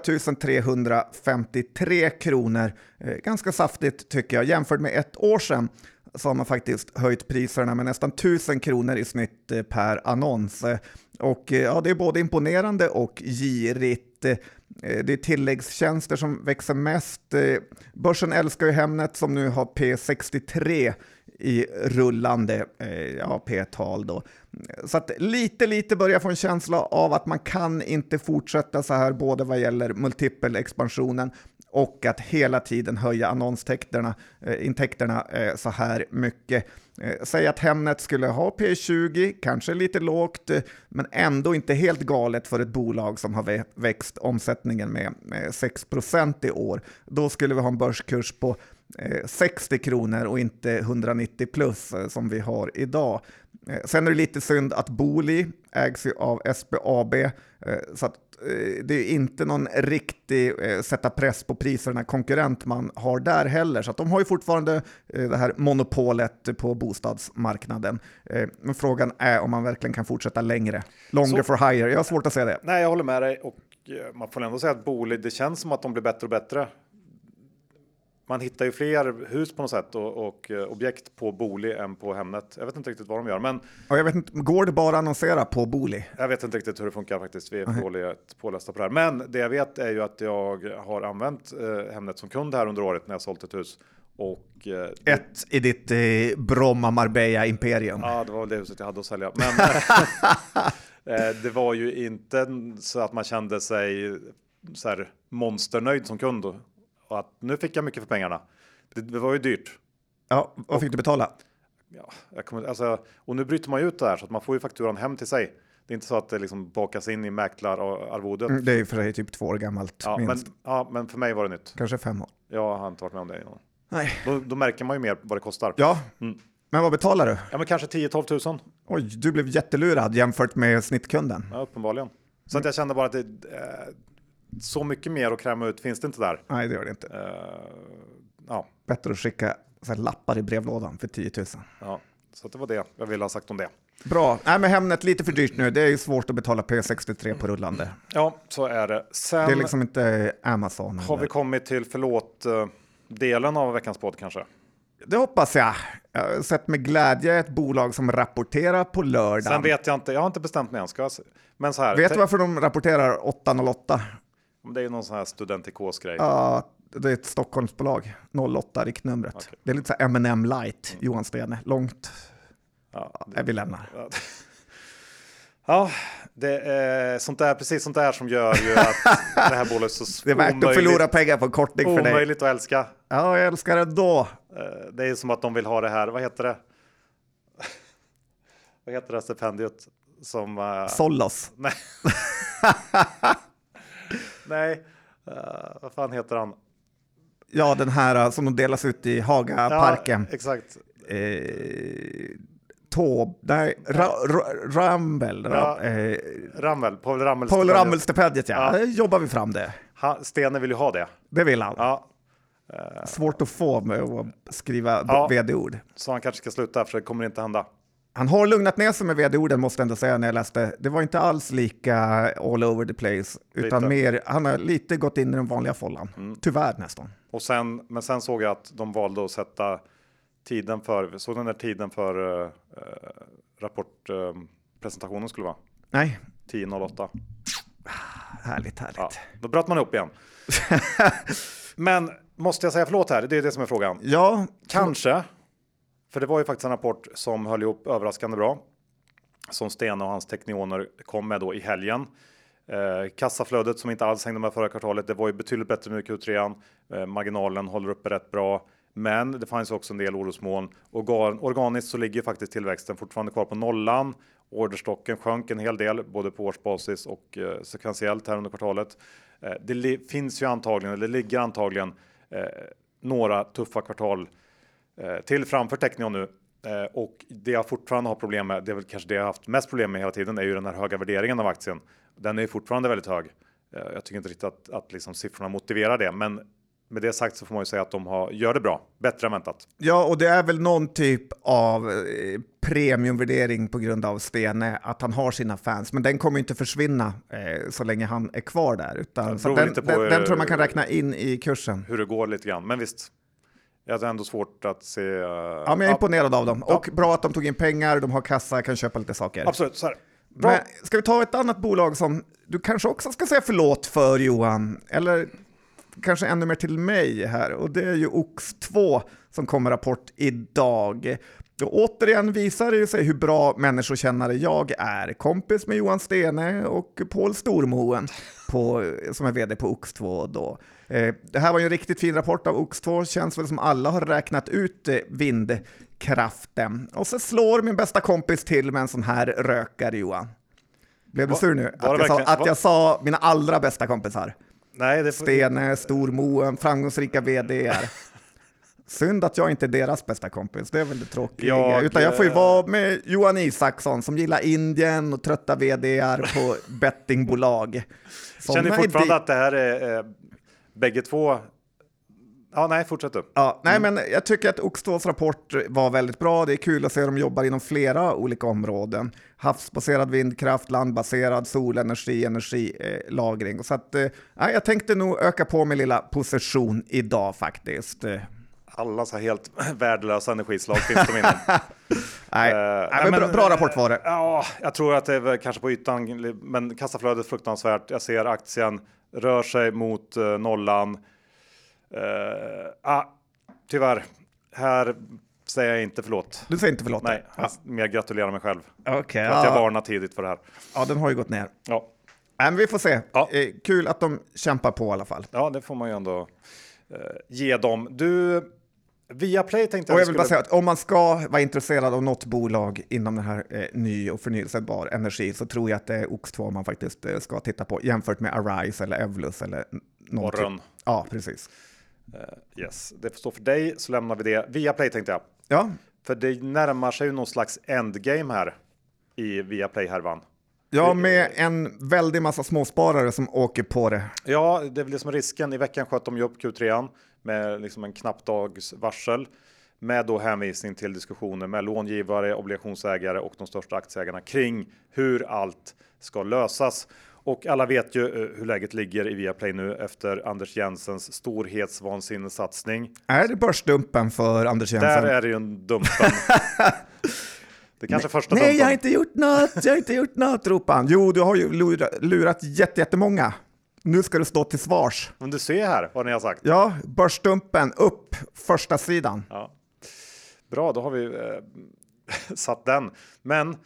353 kronor. Ganska saftigt tycker jag. Jämfört med ett år sedan så har man faktiskt höjt priserna med nästan 1000 kronor i snitt per annons. Och det är både imponerande och girigt. Det är tilläggstjänster som växer mest. Börsen älskar ju Hemnet som nu har P63 i rullande P-tal då. Så att lite börjar få en känsla av att man kan inte fortsätta så här, både vad gäller multipelexpansionen och att hela tiden höja annonsintäkterna så här mycket. Säg att Hemnet skulle ha P20, kanske lite lågt, men ändå inte helt galet för ett bolag som har växt omsättningen med 6% i år. Då skulle vi ha en börskurs på 60 kronor och inte 190 plus som vi har idag. Sen är det lite synd att Booli ägs av SBAB, så att det är inte någon riktig sätta press på priserna konkurrent man har där heller. Så att de har ju fortfarande det här monopolet på bostadsmarknaden. Men frågan är om man verkligen kan fortsätta längre. Longer for higher, jag har svårt att säga det. Nej, jag håller med dig, och man får ändå säga att Booli, det känns som att de blir bättre och bättre. Man hittar ju fler hus på något sätt och objekt på Booli än på Hemnet. Jag vet inte riktigt vad de gör, men... Ja, jag vet inte, går det bara att annonsera på Booli? Jag vet inte riktigt hur det funkar faktiskt. Vi är för dåliga pålästa på det här. Men det jag vet är ju att jag har använt Hemnet som kund här under året när jag sålt ett hus. Och, ett i ditt Bromma Marbella Imperium. Ja, det var det huset jag hade att sälja. Men det var ju inte så att man kände sig så här monsternöjd som kund. Och att nu fick jag mycket för pengarna. Det var ju dyrt. Ja, vad fick du betala? Ja, och nu bryter man ju ut det här så att man får ju fakturan hem till sig. Det är inte så att det liksom bakas in i mäklararvodet. Det är ju för dig typ 2 år gammalt. Ja, men för mig var det nytt. Kanske 5 år. Jag har inte varit med om det innan. Nej. Då märker man ju mer vad det kostar. Ja, men vad betalar du? Ja, men kanske 10-12 000. Oj, du blev jättelurad jämfört med snittkunden. Ja, uppenbarligen. Så att jag kände bara att det... så mycket mer att kräma ut finns det inte där. Nej, det gör det inte. Ja. Bättre att skicka så här lappar i brevlådan för 10 000. Ja, så det var det jag ville ha sagt om det. Bra. Nej, men Hemnet lite för dyrt nu. Det är ju svårt att betala P63 på rullande. Ja, så är det. Sen det är liksom inte Amazon. Har vi kommit till delen av veckans podd kanske? Det hoppas jag. Jag har sett med glädje ett bolag som rapporterar på lördag. Sen vet jag inte. Jag har inte bestämt mig än. Men så här. Vet du varför de rapporterar 808? Det är ju någon sån här studentikos-grej. Ja, det är ett Stockholmsbolag. 08 riktnumret. Okay. Det är lite så här M&M light, Johan Stene. Långt. Ja, vi lämnar. Ja, det är precis sånt där som gör ju att det här bolaget så det är värt att förlora pengar på kortning för dig. Omöjligt att älska. Ja, jag älskar det då. Det är som att de vill ha det här. Vad heter det? Vad heter det stipendiet? Solos. Nej. Nej. Vad fan heter han? Ja, den här som de delas ut i Hagaparken. Ja, exakt. Ramvel. Paul Ramel-stipendiet, ja. Jobbar vi fram det. Stene vill ju ha det. Det vill han. Ja. Svårt att få med att skriva vd-ord. Så han kanske ska sluta, för det kommer inte hända. Han har lugnat ner sig med vd-orden, måste jag ändå säga, när jag läste. Det var inte alls lika all over the place, utan mer, han har lite gått in i den vanliga follan. Tyvärr nästan. Men sen såg jag att de valde att sätta tiden för rapportpresentationen skulle vara. Nej. 10.08. Härligt. Ja, då bröt man ihop igen. Men måste jag säga förlåt här? Det är det som är frågan. Ja. Kanske. För det var ju faktiskt en rapport som höll ihop överraskande bra. Som Stene och hans teknioner kom med då i helgen. Kassaflödet som inte alls hängde med förra kvartalet. Det var ju betydligt bättre med Q3. Marginalen håller uppe rätt bra. Men det fanns också en del orosmoln. Organiskt så ligger faktiskt tillväxten fortfarande kvar på nollan. Orderstocken sjönk en hel del, både på årsbasis och sekventiellt här under kvartalet. Det ligger antagligen några tuffa kvartal till framför Teqnion nu. Och det jag fortfarande har problem med, det är väl kanske det jag har haft mest problem med hela tiden, är ju den här höga värderingen av aktien. Den är fortfarande väldigt hög. Jag tycker inte riktigt att liksom siffrorna motiverar det, men med det sagt så får man ju säga att de gör det bra, bättre än väntat. Ja, och det är väl någon typ av premiumvärdering på grund av Stene, att han har sina fans, men den kommer inte försvinna så länge han är kvar där, utan så den tror jag man kan räkna in i kursen. Hur det går lite grann, men visst. Jag har ändå svårt att se... Ja, men jag är imponerad av dem. Och bra att de tog in pengar, de har kassa, kan köpa lite saker. Absolut, så här. Bra. Men ska vi ta ett annat bolag som du kanske också ska säga förlåt för, Johan? Eller kanske ännu mer till mig här. Och det är ju OX2 som kommer rapport idag. Och återigen visar det sig hur bra människokännare jag är. Kompis med Johan Stene och Paul Stormoen som är vd på OX2 då. Det här var ju en riktigt fin rapport av OX2. Känns väl som alla har räknat ut vindkraften. Och så slår min bästa kompis till med en sån här rökare, Johan. Blev du sur nu? Att jag sa mina allra bästa kompisar. Nej, Stene, Stormoen, framgångsrika vd:ar. Synd att jag inte är deras bästa kompis, det är väldigt tråkigt. Jag, utan jag får ju vara med Johan Isaksson som gillar Indien och trötta vd:ar på bettingbolag. Känner ni fortfarande att det här är bägge två? Ja, nej, fortsätt du. Ja, nej, men jag tycker att Oxtås rapport var väldigt bra. Det är kul att se att de jobbar inom flera olika områden. Havsbaserad vindkraft, landbaserad solenergi, energilagring. Så att, jag tänkte nog öka på min lilla position idag faktiskt. Alla så helt värdelösa energislag finns de inom. men bra rapport var det. Ja, jag tror att det är kanske på ytan, men kassaflödet är fruktansvärt. Jag ser aktien rör sig mot nollan. Tyvärr, här säger jag inte förlåt. Du säger inte förlåt? Nej, mer gratulerar mig själv. Okay, att jag varnar tidigt för det här. Ja, den har ju gått ner. Ja. Men vi får se. Ja. Kul att de kämpar på i alla fall. Ja, det får man ju ändå ge dem. Du, Viaplay tänkte jag. Och jag vill bara säga att om man ska vara intresserad av något bolag inom den här ny och förnyelsebar energi så tror jag att det är Ox2 man faktiskt ska titta på jämfört med Arise eller Evlus eller någonting. Ja, precis. Yes, det får stå för dig, så lämnar vi det. Viaplay tänkte jag. Ja. För det närmar sig ju någon slags endgame här i Viaplay-härvan. Ja, med en väldig massa småsparare som åker på det. Ja, det är väl det som är risken. I veckan sköt de ju upp Q3 med liksom en knapp dags varsel. Med då hänvisning till diskussioner med långivare, obligationsägare och de största aktieägarna kring hur allt ska lösas. Och alla vet ju hur läget ligger i Viaplay nu efter Anders Jensens storhetsvansinnesatsning. Är det börsdumpen för Anders Jensen? Där är det ju en dumpen. Det kanske första dumpen. Nej, jag har inte gjort något, ropar han. Jo, du har ju lurat jättemånga. Nu ska du stå till svars. Men du ser här vad ni har sagt. Ja, börsdumpen upp första sidan. Ja. Bra, då har vi satt den. Men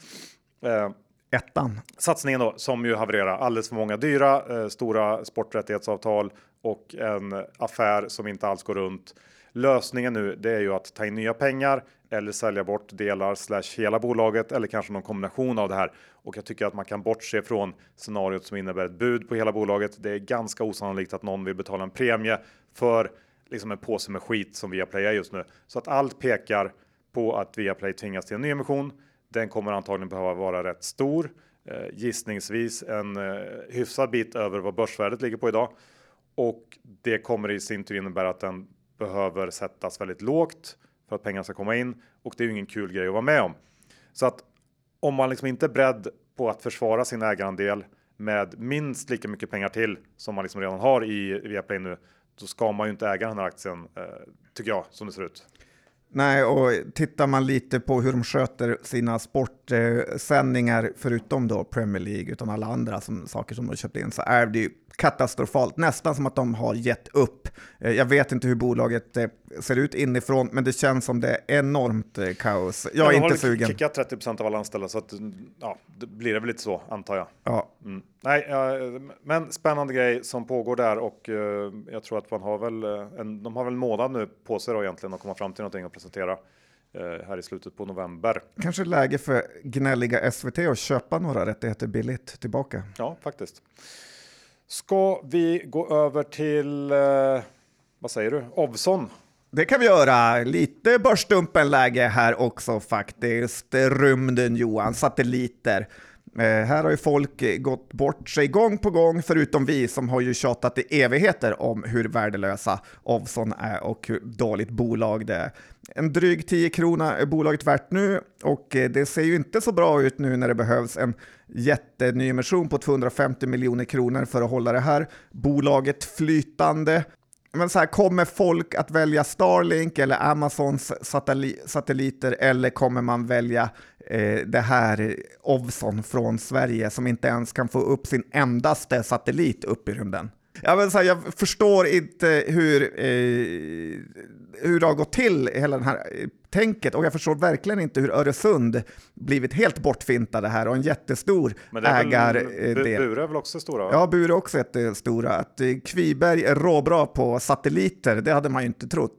ettan. Satsningen då, som ju havererar, alldeles för många dyra, stora sporträttighetsavtal och en affär som inte alls går runt. Lösningen nu, det är ju att ta in nya pengar eller sälja bort delar / hela bolaget eller kanske någon kombination av det här. Och jag tycker att man kan bortse från scenariot som innebär ett bud på hela bolaget. Det är ganska osannolikt att någon vill betala en premie för liksom en påse med skit som Viaplay är just nu. Så att allt pekar på att Viaplay tvingas till en ny emission. Den kommer antagligen behöva vara rätt stor. Gissningsvis en hyfsad bit över vad börsvärdet ligger på idag. Och det kommer i sin tur innebära att den behöver sättas väldigt lågt för att pengarna ska komma in. Och det är ju ingen kul grej att vara med om. Så att om man liksom inte är beredd på att försvara sin ägarandel med minst lika mycket pengar till som man liksom redan har i Viaplay nu, då ska man ju inte äga den här aktien, tycker jag, som det ser ut. Nej, och tittar man lite på hur de sköter sina sportsändningar, förutom då Premier League, utan alla andra saker som de har köpt in, så är det ju katastrofalt. Nästan som att de har gett upp. Jag vet inte hur bolaget ser ut inifrån, men det känns som det är enormt kaos. Jag är inte sugen. De har kickat 30% av alla anställda, så att, ja, det blir det väl lite så, antar jag. Ja. Nej, men spännande grej som pågår där, och jag tror att man har väl de har väl en månad nu på sig då egentligen att komma fram till någonting att presentera här i slutet på november. Kanske läge för gnälliga SVT att köpa några rättigheter billigt tillbaka. Ja, faktiskt. Ska vi gå över till, vad säger du, Ovzon? Det kan vi göra. Lite börsdumpenläge här också faktiskt. Rymden, Johan, satelliter. Här har ju folk gått bort sig gång på gång, förutom vi som har ju tjatat i evigheter om hur värdelösa Ovzon är och hur dåligt bolag det är. En dryg 10 kronor är bolaget värt nu, och det ser ju inte så bra ut nu när det behövs en jätteny emission på 250 miljoner kronor för att hålla det här bolaget flytande. Men så här, kommer folk att välja Starlink eller Amazons satelliter, eller kommer man välja det här Ovzon från Sverige som inte ens kan få upp sin endaste satellit upp i rymden? Jag förstår inte hur det har gått till hela den här tänket, och jag förstår verkligen inte hur Öresund blivit helt bortfintade här och en jättestor ägardel. Bure är väl också stora? Va? Ja, Bure är också jättestora. Att Kviberg är råbra på satelliter, det hade man ju inte trott.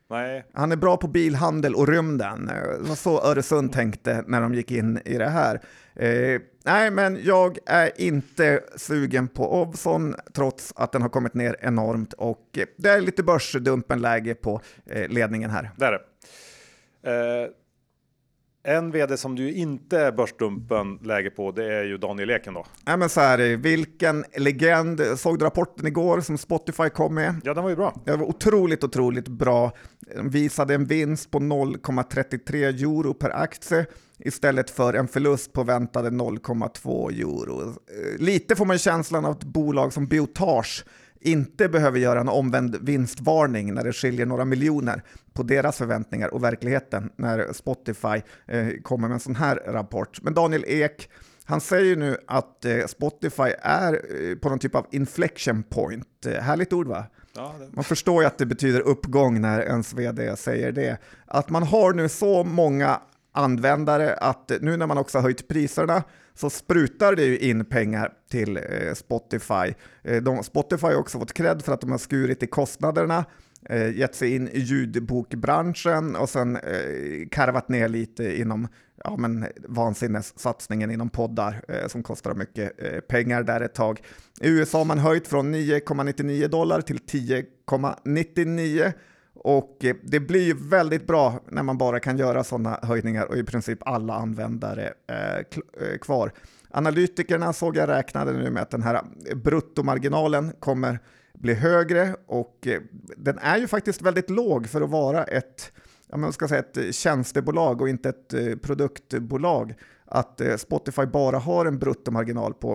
Nej. Han är bra på bilhandel och rymden. Det var så Öresund tänkte när de gick in i det här. Nej, men jag är inte sugen på Ovzon trots att den har kommit ner enormt och det är lite börsdumpenläge på ledningen här. Det är det. En vd som du inte är börsdumpen läge på, det är ju Daniel Ek då. Ja, men så här, vilken legend. Såg du rapporten igår som Spotify kom med? Ja, den var ju bra. Det var otroligt bra. De visade en vinst på 0,33 euro per aktie istället för en förlust på väntade 0,2 euro. Lite får man känslan av ett bolag som Biotage inte behöver göra en omvänd vinstvarning när det skiljer några miljoner på deras förväntningar och verkligheten när Spotify kommer med en sån här rapport. Men Daniel Ek, han säger nu att Spotify är på någon typ av inflection point. Härligt ord, va? Ja, Man förstår ju att det betyder uppgång när ens vd säger det. Att man har nu så många användare att nu när man också har höjt priserna så sprutar det ju in pengar till Spotify. Spotify har också fått cred för att de har skurit i kostnaderna, gett sig in i ljudbokbranschen och sen karvat ner lite inom vansinnessatsningen inom poddar som kostar mycket pengar där ett tag. I USA har man höjt från $9,99 till 10,99 och det blir ju väldigt bra när man bara kan göra sådana höjningar och i princip alla användare kvar. Analytikerna såg jag räknade nu med att den här bruttomarginalen kommer bli högre och den är ju faktiskt väldigt låg för att vara ett tjänstebolag och inte ett produktbolag. Att Spotify bara har en bruttomarginal på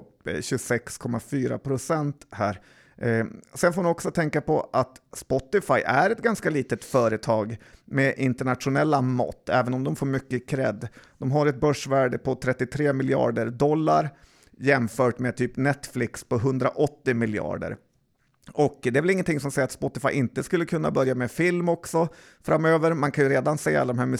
26,4% här. Sen får man också tänka på att Spotify är ett ganska litet företag med internationella mått, även om de får mycket cred. De har ett börsvärde på $33 miljarder jämfört med typ Netflix på 180 miljarder. Och det är väl ingenting som säger att Spotify inte skulle kunna börja med film också framöver. Man kan ju redan se alla de här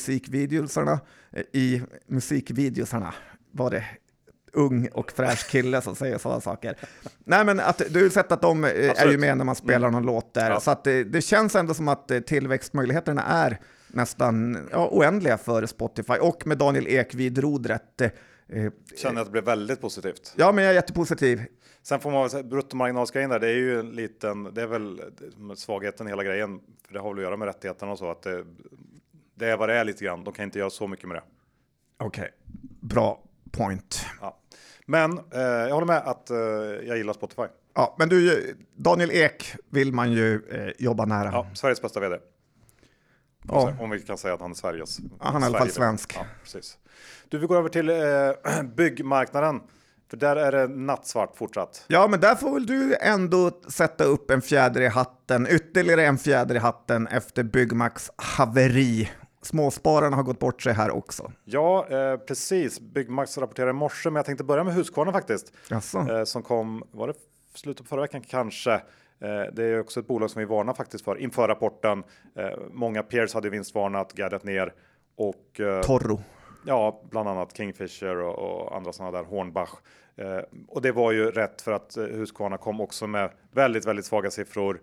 musikvideosarna. Var det ung och fräsch kille som säger sådana saker? Nej, men att du har sett att de är ju med när man spelar någon låt där. Ja. Så att det känns ändå som att tillväxtmöjligheterna är nästan oändliga för Spotify. Och med Daniel Ek vid rodret. Känner att det blir väldigt positivt. Ja, men jag är jättepositiv. Sen får man säga bruttomarginalsgrejen där, det är ju en liten, det är väl svagheten hela grejen, för det har väl att göra med rättigheterna och så, att det är vad det är lite grann, de kan inte göra så mycket med det. Okej, bra point. Ja. Men jag håller med att jag gillar Spotify. Ja, men du, Daniel Ek vill man ju jobba nära. Ja, Sveriges bästa vd. Ja. Om vi kan säga att han är Sveriges. Ja, han är i alla fall svensk. Ja, precis. Du, vi går över till byggmarknaden. För där är det nattsvart fortsatt. Ja, men där får väl du ändå sätta upp en fjäder i hatten. Ytterligare en fjäder i hatten efter Byggmax haveri. Småspararna har gått bort sig här också. Ja, precis. Byggmax rapporterade i morse, men jag tänkte börja med Husqvarna faktiskt. Som kom, var det slutet på förra veckan kanske? Det är också ett bolag som vi varnar faktiskt för inför rapporten. Många peers hade vinstvarnat, gaddat ner. Och Torro. Ja, bland annat Kingfisher och andra sådana där, Hornbach. Och det var ju rätt, för att Husqvarna kom också med väldigt, väldigt svaga siffror.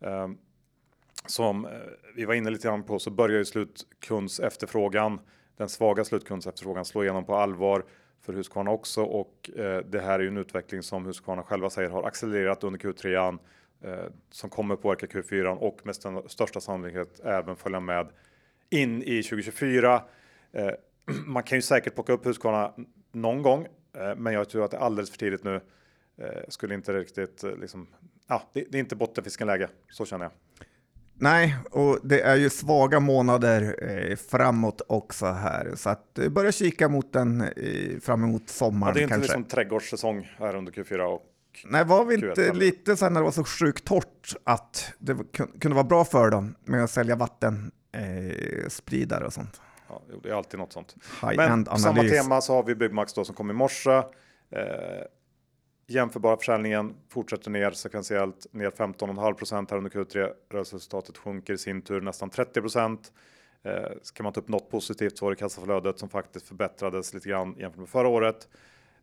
Som vi var inne lite grann på, så börjar ju slutkundsefterfrågan, den svaga slutkundsefterfrågan slå igenom på allvar för Husqvarna också. Och det här är ju en utveckling som Husqvarna själva säger har accelererat under Q3, som kommer påverka Q4 och med största sannolikhet även följa med in i 2024. Man kan ju säkert plocka upp Husqvarna någon gång, men jag tror att det är alldeles för tidigt nu. Skulle inte riktigt det är inte bottenfiskenläge, så känner jag. Nej, och det är ju svaga månader framåt också här, så att börja kika mot den fram emot sommaren. Det är inte kanske. Liksom trädgårdssäsong här under Q4 och nej, var vi inte lite så här när det var så sjukt torrt att det kunde vara bra för dem med att sälja vattenspridare och sånt? Ja, det är alltid något sånt. Men på samma tema så har vi Byggmax då, som kom i morse. Jämförbara försäljningen fortsätter ner sekventiellt, ner 15,5% här under Q3. Resultatet sjunker i sin tur nästan 30%. Ska man ta upp något positivt så var det kassaflödet som faktiskt förbättrades lite grann jämfört med förra året.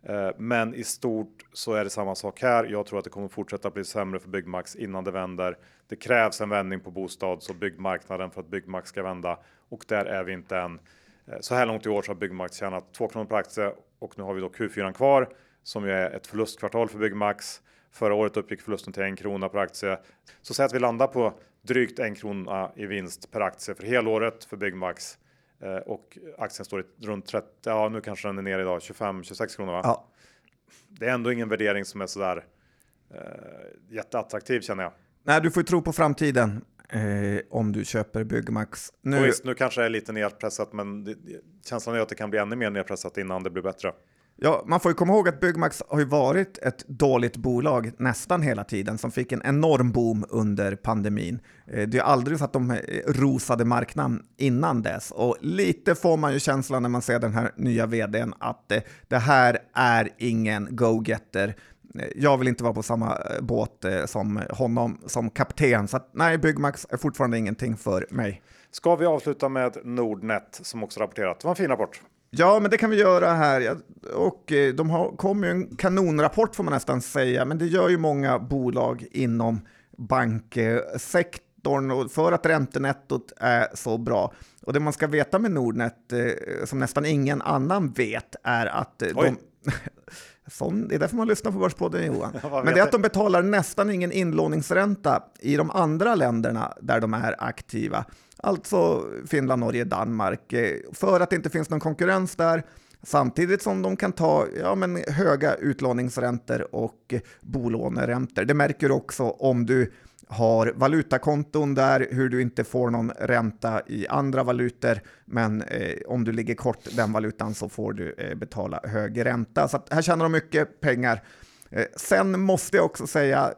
Men i stort så är det samma sak här. Jag tror att det kommer fortsätta bli sämre för Byggmax innan det vänder. Det krävs en vändning på bostads- och byggmarknaden för att Byggmax ska vända. Och där är vi inte än. Så här långt i år så har Byggmax tjänat 2 kronor per aktie. Och nu har vi då Q4 kvar som ju är ett förlustkvartal för Byggmax. Förra året uppgick förlusten till 1 krona per aktie. Så säg att vi landar på drygt 1 krona i vinst per aktie för helåret för Byggmax. Och aktien står runt 30, ja nu kanske den är nere idag, 25-26 kronor va? Ja. Det är ändå ingen värdering som är sådär jätteattraktiv känner jag. Nej, du får ju tro på framtiden om du köper Byggmax. Och visst, nu kanske det är lite nedpressat men känslan är att det kan bli ännu mer nedpressat innan det blir bättre. Ja, man får ju komma ihåg att Byggmax har ju varit ett dåligt bolag nästan hela tiden som fick en enorm boom under pandemin. Det är aldrig så att de rosade marknaden innan dess och lite får man ju känslan när man ser den här nya vdn att det här är ingen go-getter. Jag vill inte vara på samma båt som honom som kapten så att nej, Byggmax är fortfarande ingenting för mig. Ska vi avsluta med Nordnet som också rapporterat? Det var en fin rapport. Ja, men det kan vi göra här. Och de kom ju en kanonrapport får man nästan säga, men det gör ju många bolag inom banksektorn och för att räntenettot är så bra. Och det man ska veta med Nordnet, som nästan ingen annan vet, är att de... det är därför man lyssnar på Börspodden, Johan. Men det är att de betalar nästan ingen inlåningsränta i de andra länderna där de är aktiva. Alltså Finland, Norge, Danmark. För att det inte finns någon konkurrens där. Samtidigt som de kan ta höga utlåningsräntor och bolåneräntor. Det märker du också om du har valutakonton där, hur du inte får någon ränta i andra valutor, men om du ligger kort den valutan så får du betala hög ränta. Så att här tjänar de mycket pengar. Sen måste jag också säga,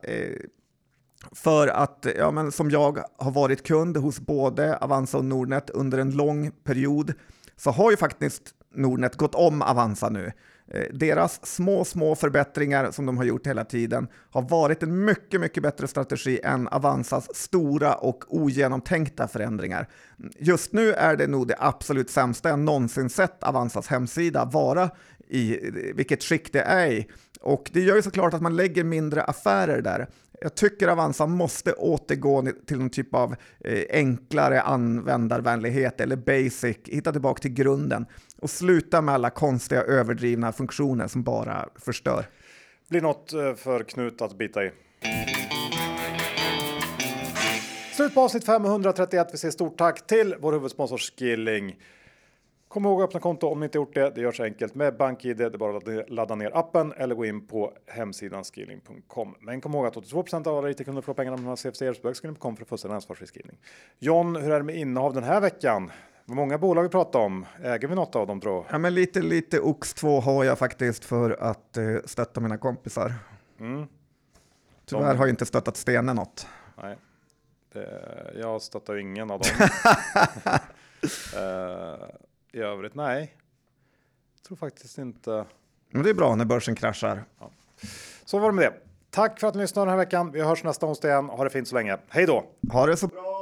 för att som jag har varit kund hos både Avanza och Nordnet under en lång period så har ju faktiskt Nordnet gått om Avanza nu. Deras små förbättringar som de har gjort hela tiden har varit en mycket, mycket bättre strategi än Avanzas stora och ogenomtänkta förändringar. Just nu är det nog det absolut sämsta jag någonsin sett Avanzas hemsida vara i vilket skick det är i. Och det gör ju såklart att man lägger mindre affärer där. Jag tycker Avanza måste återgå till någon typ av enklare användarvänlighet eller basic, hitta tillbaka till grunden och sluta med alla konstiga överdrivna funktioner som bara förstör. Blir något för Knut att bita i. Slut på avsnitt 531. Vi säger stort tack till vår huvudsponsor Skilling. Kom ihåg att öppna konto om ni inte gjort det. Det görs enkelt med BankID. Det är bara att ladda ner appen eller gå in på hemsidan skilling.com. Men kom ihåg att 82% av alla IT-kunder får pengarna med CFC Skilling.com för att få en ansvarsfri skilling. John, hur är det med innehav den här veckan? Vad många bolag vi pratar om. Äger vi något av dem tror jag? Ja, men lite OX2 har jag faktiskt för att stötta mina kompisar. Tyvärr har jag inte stöttat Stenen något. Nej, jag stöttar ingen av dem. I övrigt, nej. Jag tror faktiskt inte. Men det är bra när börsen kraschar. Ja. Så var det med det. Tack för att ni lyssnade den här veckan. Vi hörs nästa onsdag igen. Ha det fint så länge. Hej då! Ha det så bra!